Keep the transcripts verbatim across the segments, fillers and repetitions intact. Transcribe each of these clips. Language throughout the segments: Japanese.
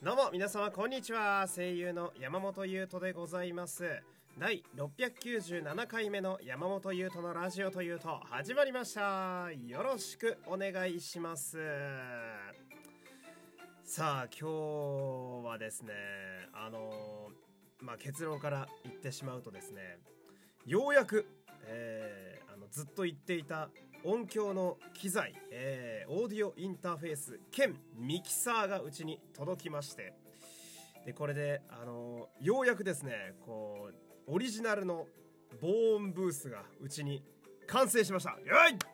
どうも皆様こんにちは。声優の山本優斗でございます。第ろっぴゃくきゅうじゅうななかいめの山本優斗のラジオというと始まりました。よろしくお願いします。さあ今日はですね、あのー、まあ結論から言ってしまうとですね、ようやく、えー、あのずっと言っていた音響の機材、えー、オーディオインターフェース兼ミキサーがうちに届きまして、でこれで、あのー、ようやくですね、こうオリジナルの防音ブースがうちに完成しました。よいおい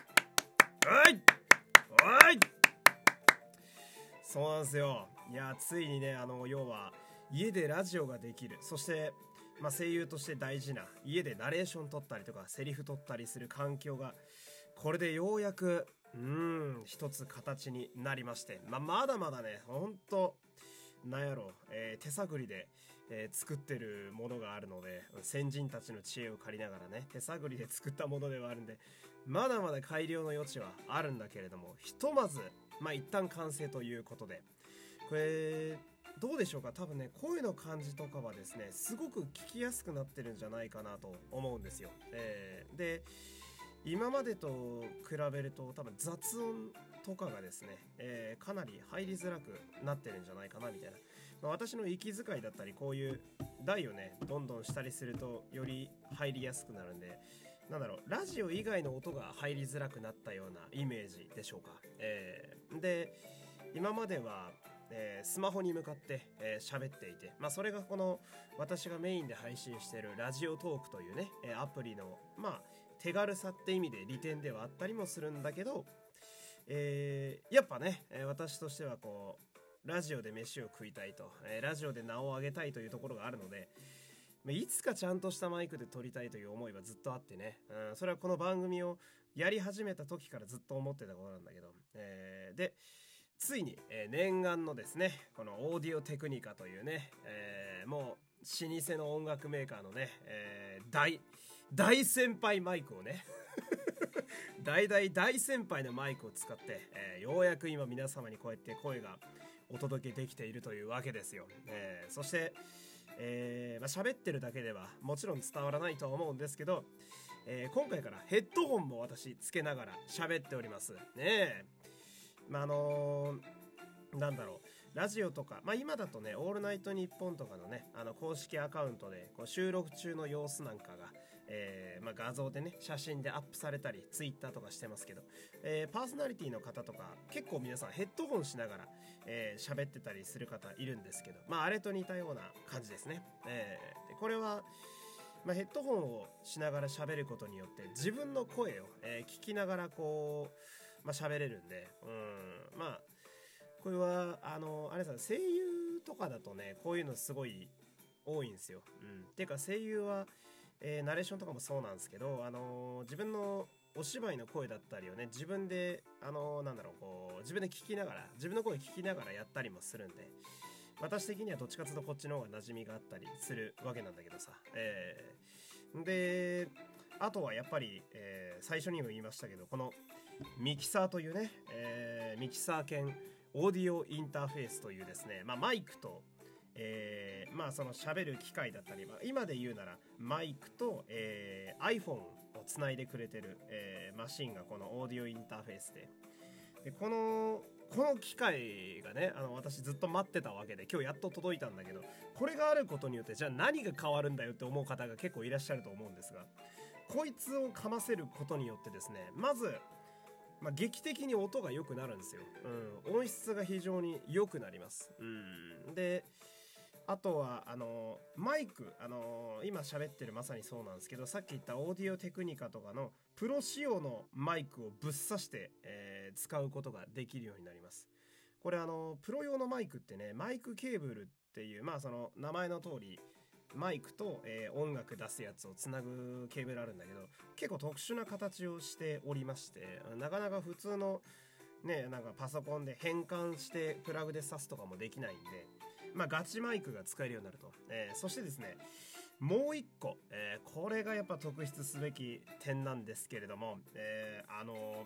おいそうなんですよ。いやついにね、あの要は家でラジオができる、そしてまあ、声優として大事な家でナレーション取ったりとかセリフ取ったりする環境がこれでようやくうーん一つ形になりまして、まあ、まだまだねほんとなんやろ、えー、手探りで、えー、作ってるものがあるので、先人たちの知恵を借りながらね手探りで作ったものではあるんで、まだまだ改良の余地はあるんだけれども、ひとまずまあ一旦完成ということで、これどうでしょうか。多分ね声の感じとかはですねすごく聞きやすくなってるんじゃないかなと思うんですよ。えー、で今までと比べると多分雑音とかがですね、えー、かなり入りづらくなってるんじゃないかなみたいな、まあ、私の息遣いだったりこういう台をねどんどんしたりするとより入りやすくなるんで、なんだろう、ラジオ以外の音が入りづらくなったようなイメージでしょうか。えー、で今まではえー、スマホに向かってえー、喋っていて、まあそれがこの私がメインで配信しているラジオトークというね、えー、アプリのまあ手軽さって意味で利点ではあったりもするんだけど、えー、やっぱね、えー、私としてはこうラジオで飯を食いたいと、えー、ラジオで名を上げたいというところがあるので、まあ、いつかちゃんとしたマイクで撮りたいという思いはずっとあってね、うん、それはこの番組をやり始めた時からずっと思ってたことなんだけど、えー、でついに、えー、念願のですねこのオーディオテクニカというね、えー、もう老舗の音楽メーカーのね、えー、大大先輩マイクをね大大大先輩のマイクを使って、えー、ようやく今皆様にこうやって声がお届けできているというわけですよ。えー、そしてえーまあ、喋ってるだけではもちろん伝わらないとは思うんですけど、えー、今回からヘッドホンも私つけながら喋っておりますね。えまああのー、なんだろう、ラジオとか、まあ、今だとねオールナイトニッポンとかのねあの公式アカウントでこう収録中の様子なんかが、えーまあ、画像でね写真でアップされたりツイッターとかしてますけど、えー、パーソナリティの方とか結構皆さんヘッドホンしながらえー、喋ってたりする方いるんですけど、まああれと似たような感じですね。えー、でこれはまあ、ヘッドホンをしながら喋ることによって自分の声を、えー、聞きながらこう、まあ、喋れるんで、うん、まあこれはあのあれさ、声優とかだとねこういうのすごい多いんですよ。うん、っていうか声優は、えー、ナレーションとかもそうなんですけど、あのー、自分のお芝居の声だったりをね自分であのー、なんだろうこう自分で聞きながら自分の声聞きながらやったりもするんで、私的にはどっちかというとこっちの方が馴染みがあったりするわけなんだけどさ、えー、であとはやっぱり、えー、最初にも言いましたけどこのミキサーというね、えー、ミキサー兼オーディオインターフェースというですね、まあ、マイクと、えー、まあその喋る機械だったり、まあ、今で言うならマイクと、えー、iPhone をつないでくれてる、えー、マシンがこのオーディオインターフェースで、でこのこの機械がねあの私ずっと待ってたわけで今日やっと届いたんだけど、これがあることによってじゃあ何が変わるんだよって思う方が結構いらっしゃると思うんですが、こいつをかませることによってですね、まずまあ、劇的に音が良くなるんですよ。うん、音質が非常に良くなります。うん、で、あとはあのマイク、あの今喋ってるまさにそうなんですけど、さっき言ったオーディオテクニカとかのプロ仕様のマイクをぶっ刺して、えー、使うことができるようになります。これあのプロ用のマイクってね、マイクケーブルっていう、まあその名前の通りマイクと、えー、音楽出すやつをつなぐケーブルあるんだけど、結構特殊な形をしておりまして、なかなか普通のねなんかパソコンで変換してプラグで挿すとかもできないんで、まあガチマイクが使えるようになると、えー、そしてですねもう一個、えー、これがやっぱ特筆すべき点なんですけれども、えー、あのー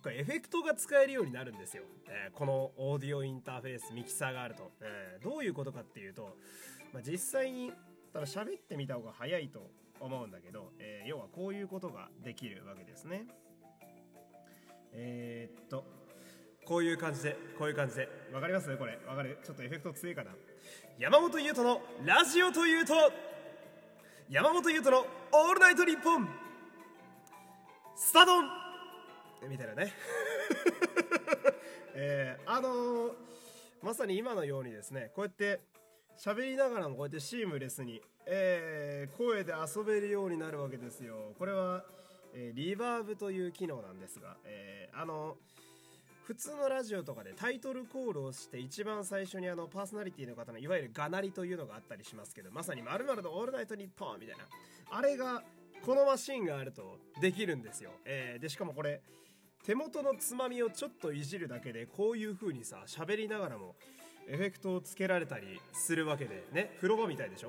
個エフェクトが使えるようになるんですよ、えーこのオーディオインターフェースミキサーがあると、えーどういうことかっていうと、まあ、実際にただ喋ってみた方が早いと思うんだけど、えー要はこういうことができるわけですね。えーっとこういう感じでこういう感じでわかります？これわかる？ちょっとエフェクト強いかな。山本優斗のラジオというと、山本優斗のオールナイトニッポンスタドンみたいなねえー、あのー、まさに今のようにですね、こうやって喋りながらもこうやってシームレスに、えー、声で遊べるようになるわけですよ。これは、えー、リバーブという機能なんですが、えー、あの普通のラジオとかでタイトルコールをして一番最初にあのパーソナリティの方のいわゆるがなりというのがあったりしますけど、まさに〇〇のオールナイトニッポンみたいな、あれがこのマシンがあるとできるんですよ。えー、でしかもこれ手元のつまみをちょっといじるだけでこういう風にさ喋りながらもエフェクトをつけられたりするわけでね、風呂場みたいでしょ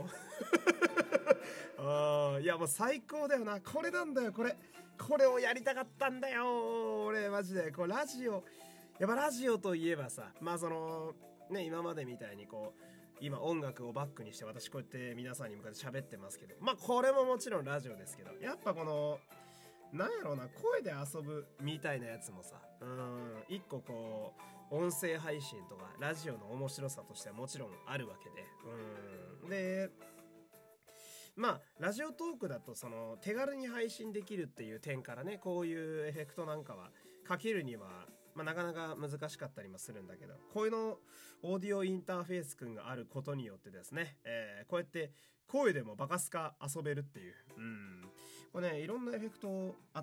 あー、いやもう最高だよな。これなんだよ、これこれをやりたかったんだよ俺マジで。こうラジオやっぱラジオといえばさ、まあそのね今までみたいにこう今音楽をバックにして私こうやって皆さんに向かって喋ってますけど、まあこれももちろんラジオですけど、やっぱこのなんやろうな、声で遊ぶみたいなやつもさ、うーん一個こう音声配信とかラジオの面白さとしてはもちろんあるわけで、うーんでまあラジオトークだとその手軽に配信できるっていう点からね、こういうエフェクトなんかはかけるにはまあ、なかなか難しかったりもするんだけど、こういうのオーディオインターフェースくんがあることによってですね、えー、こうやって声でもバカスカ遊べるっていう、うん、これねいろんなエフェクトあって、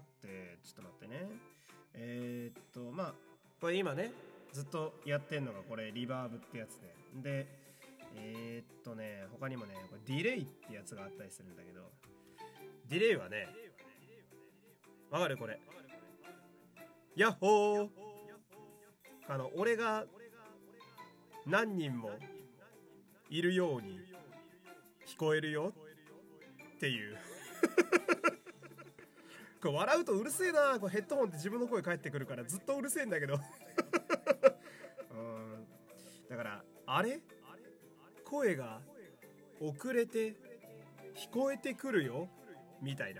ちょっと待ってね、えー、っとまあこれ今ねずっとやってんのがこれリバーブってやつで、でえー、っとね他にもねこれディレイってやつがあったりするんだけど、ディレイはねわかる？これヤッホー、あの俺が何人もいるように聞こえるよっていうこれ笑うとうるせえな、これヘッドホンって自分の声返ってくるからずっとうるせえんだけどうん、だからあれ声が遅れて聞こえてくるよみたいな、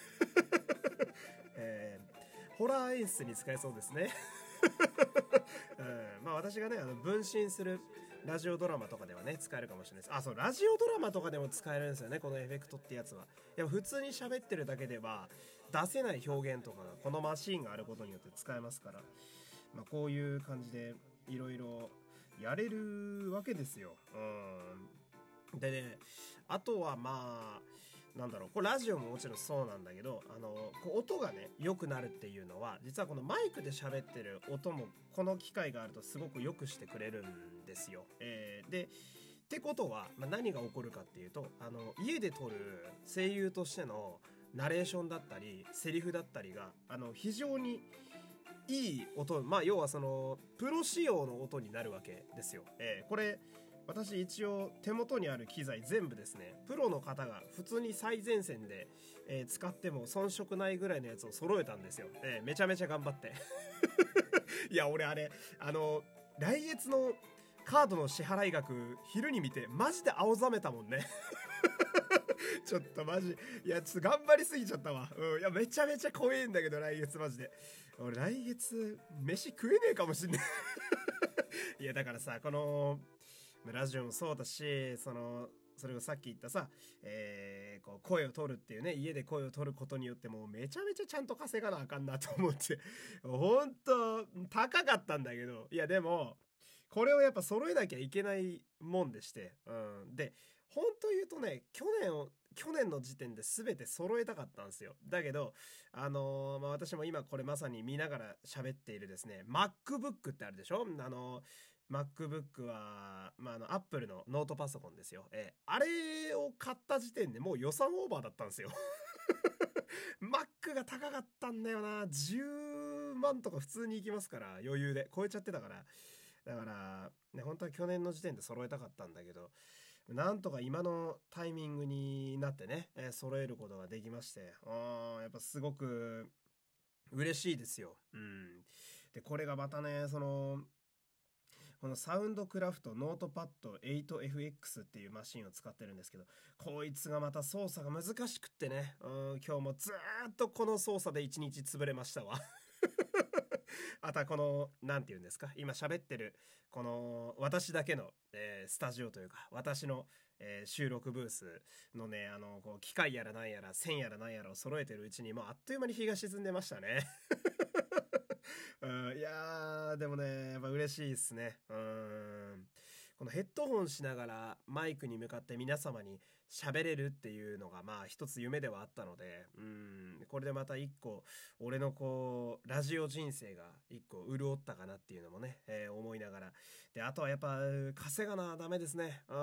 えー、ホラー演出に使えそうですねうん、まあ私がねあの分身するラジオドラマとかではね使えるかもしれないです。あ、そうラジオドラマとかでも使えるんですよね、このエフェクトってやつは。いや普通に喋ってるだけでは出せない表現とかがこのマシーンがあることによって使えますから、まあ、こういう感じでいろいろやれるわけですよ。うんでね、あとはまあなんだろう、これラジオももちろんそうなんだけど、あのこう音がね良くなるっていうのは実はこのマイクで喋ってる音もこの機械があるとすごく良くしてくれるんですよ。えー、でってことは、まあ、何が起こるかっていうと、あの家で撮る声優としてのナレーションだったりセリフだったりがあの非常にいい音、まあ要はそのプロ仕様の音になるわけですよ。えー、これ私一応手元にある機材全部ですね、プロの方が普通に最前線で、えー、使っても遜色ないぐらいのやつを揃えたんですよ。えー、めちゃめちゃ頑張っていや俺あれあの来月のカードの支払い額昼に見てマジで青ざめたもんねちょっとマジいやちょっと頑張りすぎちゃったわ。うん、いやめちゃめちゃ怖えんだけど来月マジで俺来月飯食えねえかもしんねえいやだからさ、このラジオもそうだし、そのそれをさっき言ったさ、えー、こう声を取るっていうね、家で声を取ることによってもうめちゃめちゃちゃんと稼がなあかんなと思ってほんと高かったんだけど、いやでもこれをやっぱ揃えなきゃいけないもんでして、うん、で本当言うとね、去年を去年の時点で全て揃えたかったんですよ。だけどあのー、まあ私も今これまさに見ながら喋っているですね MacBook ってあるでしょ。あのー MacBook は、まあ、あの、Apple のノートパソコンですよ。えー、あれを買った時点でもう予算オーバーだったんですよ。Mac が高かったんだよな。じゅうまんとか普通に行きますから、余裕で。超えちゃってたから。だから、ね、本当は去年の時点で揃えたかったんだけど、なんとか今のタイミングになってね、えー、揃えることができまして、あーやっぱすごく、 嬉しいですよ。うん。で、これがまたね、その、このサウンドクラフトノートパッド エイトエフエックス っていうマシンを使ってるんですけど、こいつがまた操作が難しくってね、うん、今日もずーっとこの操作で一日潰れましたわ。あとはこの、なんて言うんですか、今喋ってる、この、私だけの、えースタジオというか、私の、えー収録ブースのね、あの、こう、機械やらなんやら、線やらなんやらを揃えてるうちに、もうあっという間に日が沈んでましたね。うん、いやー、でもね、やっぱ嬉しいっすね。うん。このヘッドホンしながらマイクに向かって皆様に喋れるっていうのがまあ一つ夢ではあったので、うん、これでまた一個俺のこうラジオ人生が一個潤ったかなっていうのもね、えー思いながら。で、あとはやっぱ稼がなダメですね。うん、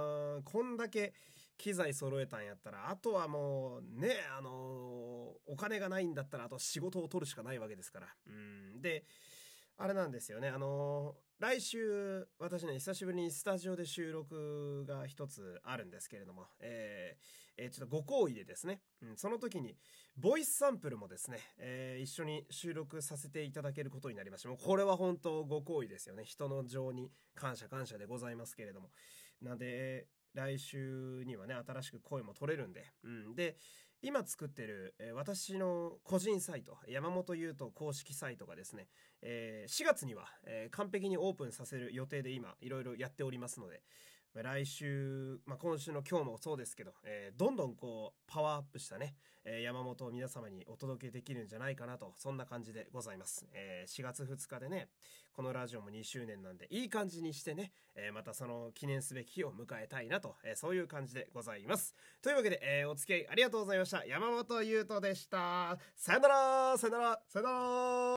こんだけ機材揃えたんやったら、あとはもうね、あのーお金がないんだったらあと仕事を取るしかないわけですから。うん、で、あれなんですよね。あのー来週、私ね、久しぶりにスタジオで収録が一つあるんですけれども、えーえーちょっとご好意でですね、うん、その時に、ボイスサンプルもですね、えー一緒に収録させていただけることになりました。もうこれは本当ご好意ですよね。人の情に感謝感謝でございますけれども。なんで、来週にはね、新しく声も取れるんで、うん。で、今作ってる、えー私の個人サイト、山本優斗公式サイトがですね、えーしがつには、えー完璧にオープンさせる予定で今いろいろやっておりますので、まあ来週、まあ、今週の今日もそうですけど、えーどんどんこうパワーアップしたね、えー山本を皆様にお届けできるんじゃないかなと、そんな感じでございます。えーしがつふつかでね、このラジオもにしゅうねんなんでいい感じにしてね、えーまたその記念すべき日を迎えたいなと、えーそういう感じでございます。というわけで、えーお付き合いありがとうございました。山本優斗でした。さよならさよならさよなら